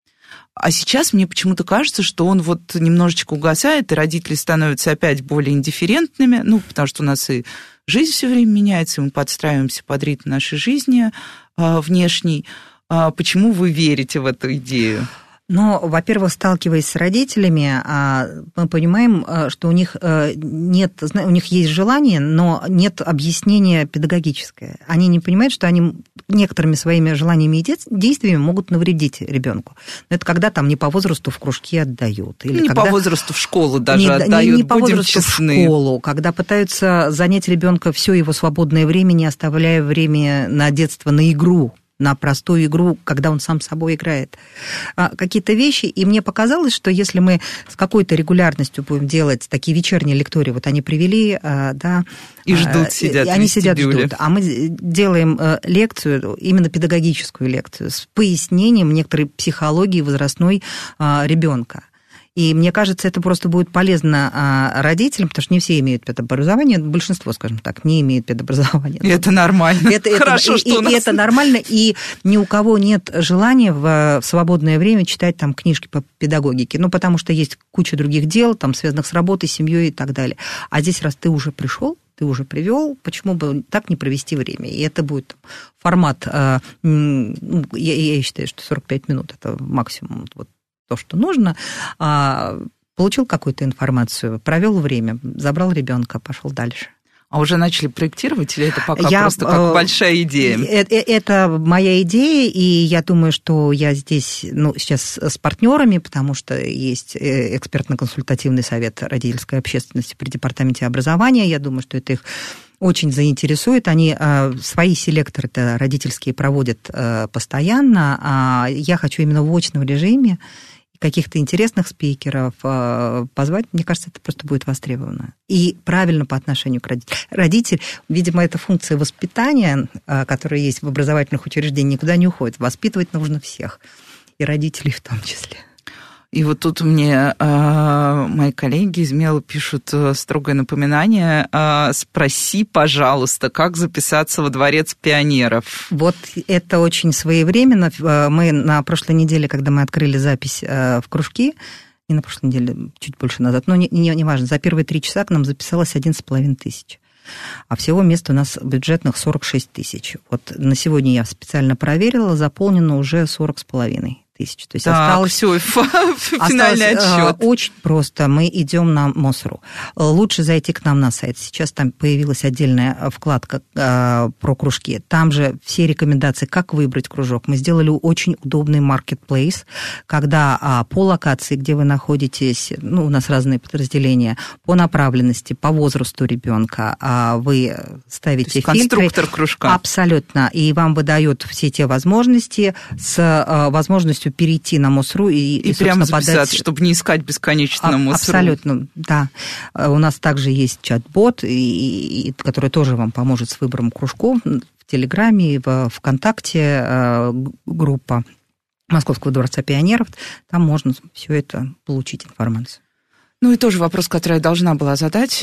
А сейчас мне почему-то кажется, что он вот немножечко угасает, и родители становятся опять более индифферентными, ну, потому что у нас и жизнь все время меняется, и мы подстраиваемся под ритм нашей жизни внешней. Почему вы верите в эту идею? Ну, во-первых, сталкиваясь с родителями, мы понимаем, что у них нет, у них есть желание, но нет объяснения педагогическое. Они не понимают, что они некоторыми своими желаниями и действиями могут навредить ребенку. Но это когда там не по возрасту в кружки отдают. Или не когда... по возрасту в школу даже не, отдают, не, не по будем возрасту честны. В школу, когда пытаются занять ребенка все его свободное время, не оставляя время на детство, на игру, на простую игру, когда он сам с собой играет. Какие-то вещи, и мне показалось, что если мы с какой-то регулярностью будем делать такие вечерние лектории, вот они привели, да... И ждут, сидят. И они сидят, ждут. А мы делаем лекцию, именно педагогическую лекцию, с пояснением некоторой психологии возрастной ребенка. И мне кажется, это просто будет полезно родителям, потому что не все имеют педобразование, большинство, скажем так, не имеют педобразования. И это нормально. Это, Хорошо, это, что и, у нас... и это нормально, и ни у кого нет желания в, в свободное время читать там книжки по педагогике, ну, потому что есть куча других дел, там, связанных с работой, семьей и так далее. А здесь, раз ты уже пришел, ты уже привел, почему бы так не провести время? И это будет формат, я, я считаю, что сорок пять минут – это максимум вот, то, что нужно, получил какую-то информацию, провел время, забрал ребенка, пошел дальше. А уже начали проектировать, или это пока я, просто как большая идея? Это, это моя идея, и я думаю, что я здесь ну, сейчас с партнерами, потому что есть экспертно-консультативный совет родительской общественности при департаменте образования. Я думаю, что это их очень заинтересует. Они свои селекторы-то родительские проводят постоянно, а я хочу именно в очном режиме каких-то интересных спикеров позвать, мне кажется, это просто будет востребовано. И правильно по отношению к родителям. Родитель, видимо, эта функция воспитания, которая есть в образовательных учреждениях, никуда не уходит. Воспитывать нужно всех, и родителей в том числе. И вот тут мне э, мои коллеги из МЕЛа пишут строгое напоминание: э, спроси, пожалуйста, как записаться во Дворец пионеров. Вот это очень своевременно. Мы на прошлой неделе, когда мы открыли запись в кружки, не на прошлой неделе, чуть больше назад, но не, не, не важно, за первые три часа к нам записалось одиннадцать с половиной тысяч. А всего мест у нас бюджетных сорок шесть тысяч. Вот на сегодня я специально проверила, заполнено уже сорок с половиной тысяч. То есть так, осталось, все, финальный осталось, отчет. Очень просто. Мы идем на МОСРУ. Лучше зайти к нам на сайт. Сейчас там появилась отдельная вкладка э, про кружки. Там же все рекомендации, как выбрать кружок. Мы сделали очень удобный маркетплейс, когда а, по локации, где вы находитесь, ну, у нас разные подразделения, по направленности, по возрасту ребенка, а, вы ставите фильтры. Конструктор кружка. Абсолютно. И вам выдают все те возможности с а, возможностью перейти на МОСРУ и, и, и прямо записаться, подать... чтобы не искать бесконечно а, на МОСРУ. Абсолютно, да. У нас также есть чат-бот, и, и, который тоже вам поможет с выбором кружков в Телеграме, в ВКонтакте, группа Московского дворца пионеров. Там можно все это получить, информацию. Ну и тоже вопрос, который я должна была задать,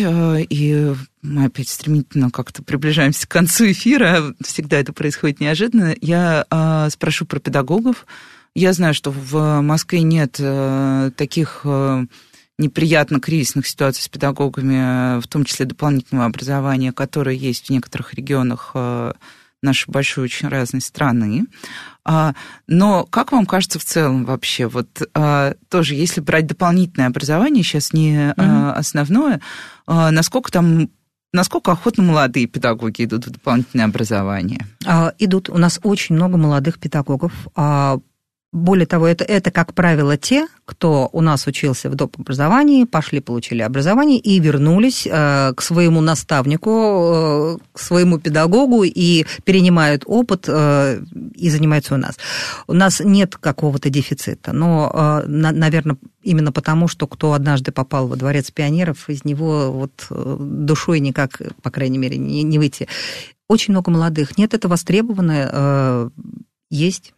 и мы опять стремительно как-то приближаемся к концу эфира, всегда это происходит неожиданно. Я а, спрошу про педагогов. Я знаю, что в Москве нет э, таких э, неприятно кризисных ситуаций с педагогами, в том числе дополнительного образования, которые есть в некоторых регионах э, нашей большой, очень разной страны. А, но как вам кажется в целом вообще, вот а, тоже, если брать дополнительное образование, сейчас не mm-hmm. а, основное, а, насколько там... Насколько охотно молодые педагоги идут в дополнительное образование? А, идут. У нас очень много молодых педагогов. А, более того, это, это, как правило, те, кто у нас учился в доп. Образовании, пошли, получили образование и вернулись э, к своему наставнику, э, к своему педагогу и перенимают опыт э, и занимаются у нас. У нас нет какого-то дефицита, но, э, на, наверное, именно потому, что кто однажды попал во Дворец пионеров, из него вот душой никак, по крайней мере, не, не выйти. Очень много молодых. Нет, это востребовано, э, есть.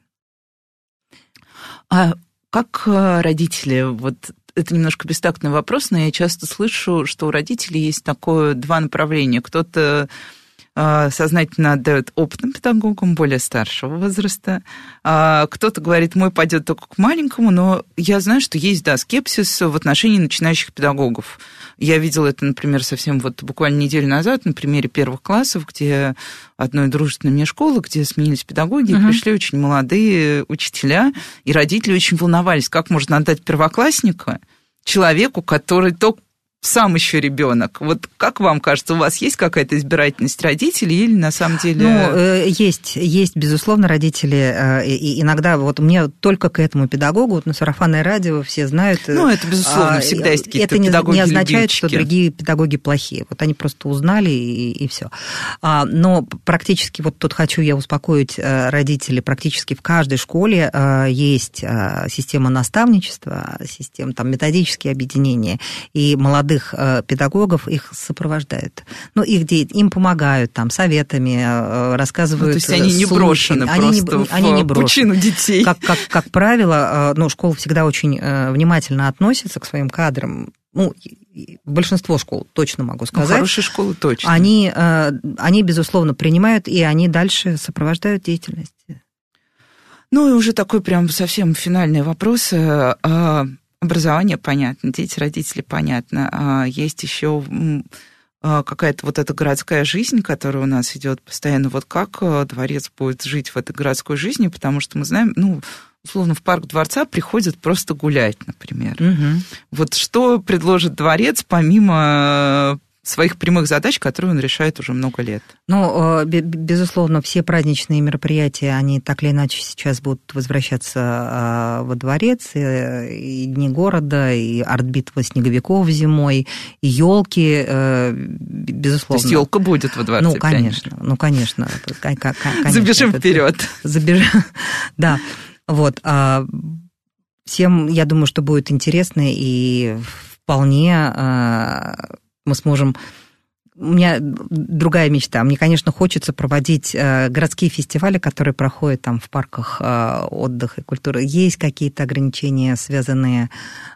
А как родители, вот это немножко бестактный вопрос, но я часто слышу, что у родителей есть такое два направления. Кто-то сознательно отдает опытным педагогам более старшего возраста. Кто-то говорит, мой пойдет только к маленькому, но я знаю, что есть, да, скепсис в отношении начинающих педагогов. Я видела это, например, совсем вот буквально неделю назад на примере первых классов, где одной дружественной мне школы, где сменились педагоги, uh-huh. и пришли очень молодые учителя, и родители очень волновались, как можно отдать первоклассника человеку, который только сам еще ребенок. Вот как вам кажется, у вас есть какая-то избирательность родителей или на самом деле... Ну, есть, есть, безусловно, родители. И иногда вот мне только к этому педагогу, вот на сарафанное радио все знают... Ну, это безусловно, всегда есть какие-то педагоги-любимчики. Это не означает, что другие педагоги плохие. Вот они просто узнали, и, и все. Но практически, вот тут хочу я успокоить родителей, практически в каждой школе есть система наставничества, система, там, методические объединения, и молодые педагогов их сопровождают. Ну, их им помогают там советами, рассказывают. Ну, то есть они не брошены они просто не, в они не пучину детей. Как, как, как правило, ну, школа всегда очень внимательно относится к своим кадрам. Ну, большинство школ, точно могу сказать. Ну, хорошие школы точно. Они, они, безусловно, принимают, и они дальше сопровождают деятельность. Ну, и уже такой прям совсем финальный вопрос. Образование понятно, дети, родители понятно. А есть еще какая-то вот эта городская жизнь, которая у нас идет постоянно. Вот как дворец будет жить в этой городской жизни, потому что мы знаем, ну, условно, в парк Дворца приходят просто гулять, например. Угу. Вот что предложит Дворец помимо своих прямых задач, которые он решает уже много лет? Ну, безусловно, все праздничные мероприятия, они так или иначе сейчас будут возвращаться во Дворец, и Дни города, и арт-битва снеговиков зимой, и елки, безусловно. То есть елка будет во Дворце? Ну, конечно, ну, конечно. конечно Забежим вперед. Забежим, да. Вот. Всем, я думаю, что будет интересно, и вполне мы сможем... У меня другая мечта. Мне, конечно, хочется проводить городские фестивали, которые проходят там в парках отдыха и культуры. Есть какие-то ограничения, связанные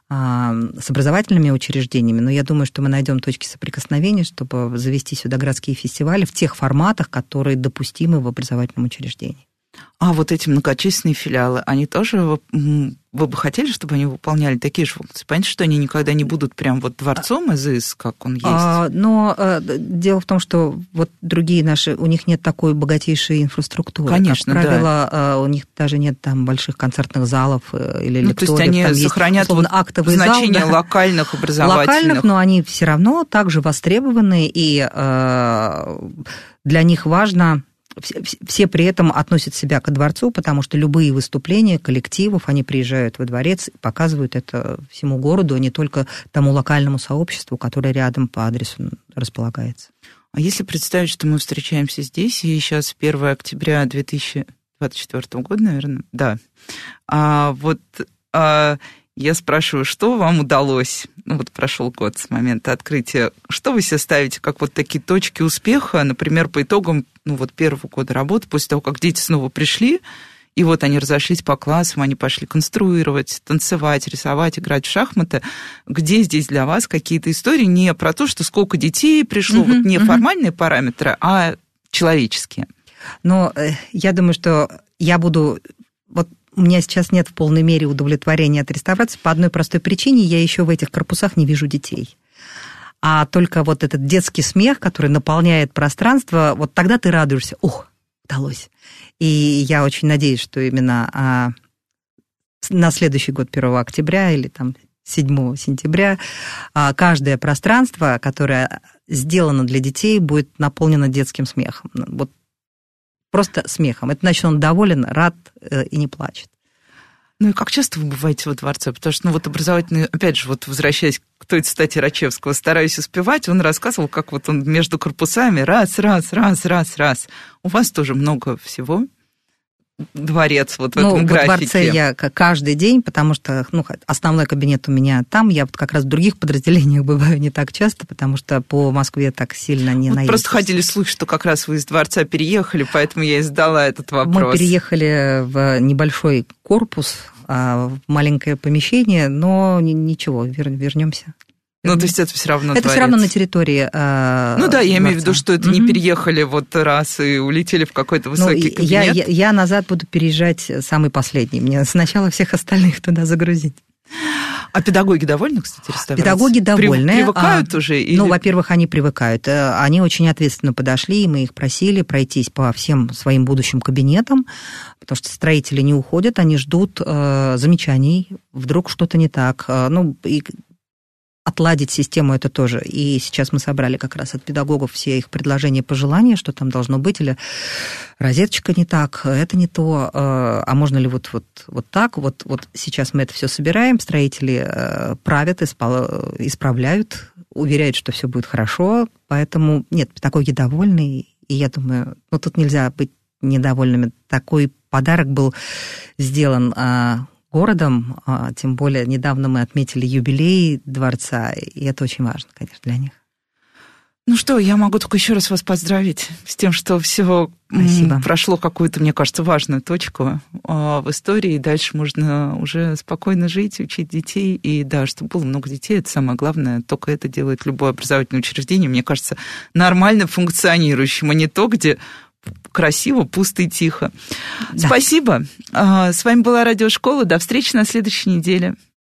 с образовательными учреждениями, но я думаю, что мы найдем точки соприкосновения, чтобы завести сюда городские фестивали в тех форматах, которые допустимы в образовательном учреждении. А вот эти многочисленные филиалы, они тоже, вы бы хотели, чтобы они выполняли такие же функции? Понятно, что они никогда не будут прям вот дворцом ИЗИС, как он есть? А, но а, дело в том, что вот другие наши, у них нет такой богатейшей инфраструктуры. Конечно, как правило, да. У них даже нет там больших концертных залов или ну, лекториев. То есть они там сохранят есть, актовый значение зал, да. локальных образовательных. Локальных, но они все равно также востребованы, и э, для них важно... Все при этом относят себя ко дворцу, потому что любые выступления коллективов, они приезжают во дворец и показывают это всему городу, а не только тому локальному сообществу, которое рядом по адресу располагается. А если представить, что мы встречаемся здесь, и сейчас первое октября две тысячи двадцать четвёртого года, наверное, да, а вот... А... Я спрашиваю, что вам удалось? Ну, вот прошел год с момента открытия. Что вы себе ставите как вот такие точки успеха, например, по итогам ну, вот первого года работы, после того, как дети снова пришли, и вот они разошлись по классам, они пошли конструировать, танцевать, рисовать, играть в шахматы. Где здесь для вас какие-то истории не про то, что сколько детей пришло, uh-huh, вот не uh-huh. формальные параметры, а человеческие? Но я думаю, что я буду... Вот у меня сейчас нет в полной мере удовлетворения от реставрации по одной простой причине. Я еще в этих корпусах не вижу детей. А только вот этот детский смех, который наполняет пространство, вот тогда ты радуешься. Ох, удалось. И я очень надеюсь, что именно а, на следующий год, первого октября или там седьмого сентября, а, каждое пространство, которое сделано для детей, будет наполнено детским смехом. Вот просто смехом. Это значит, он доволен, рад э, и не плачет. Ну и как часто вы бываете во дворце? Потому что, ну вот образовательный, опять же, вот возвращаясь к той цитате Рачевского, стараюсь успевать, он рассказывал, как вот он между корпусами раз, раз, раз, раз, раз. У вас тоже много всего. Дворец вот в ну, этом графике. Ну, во дворце я каждый день, потому что ну, основной кабинет у меня там, я вот как раз в других подразделениях бываю не так часто, потому что по Москве так сильно не вот наездишься. Просто ходили слухи, что как раз вы из дворца переехали, поэтому я и задала этот вопрос. Мы переехали в небольшой корпус, в маленькое помещение, но ничего, вернемся. Ну, то есть это все равно Это дворец. все равно на территории э, Ну да, я дворца. имею в виду, что это mm-hmm. не переехали вот раз и улетели в какой-то высокий ну, кабинет. Я, я, я назад буду переезжать самый последний. Мне сначала всех остальных туда загрузить. А педагоги довольны, кстати, реставрацией? Педагоги довольны. Привыкают а, уже? Или... Ну, во-первых, они привыкают. Они очень ответственно подошли, и мы их просили пройтись по всем своим будущим кабинетам, потому что строители не уходят, они ждут э, замечаний, вдруг что-то не так. Ну, и отладить систему это тоже. И сейчас мы собрали как раз от педагогов все их предложения, пожелания, что там должно быть, или розеточка не так, это не то, а можно ли вот, вот, вот так. Вот, вот сейчас мы это все собираем, строители правят, исправляют, уверяют, что все будет хорошо, поэтому нет, педагоги довольны, и я думаю, ну тут нельзя быть недовольными. Такой подарок был сделан городом, тем более недавно мы отметили юбилей дворца, и это очень важно, конечно, для них. Ну что, я могу только еще раз вас поздравить с тем, что все Спасибо. прошло какую-то, мне кажется, важную точку в истории, и дальше можно уже спокойно жить, учить детей, и да, чтобы было много детей, это самое главное, только это делает любое образовательное учреждение, мне кажется, нормально функционирующим, а не то, где красиво, пусто и тихо. Да. Спасибо. С вами была Радиошкола. До встречи на следующей неделе.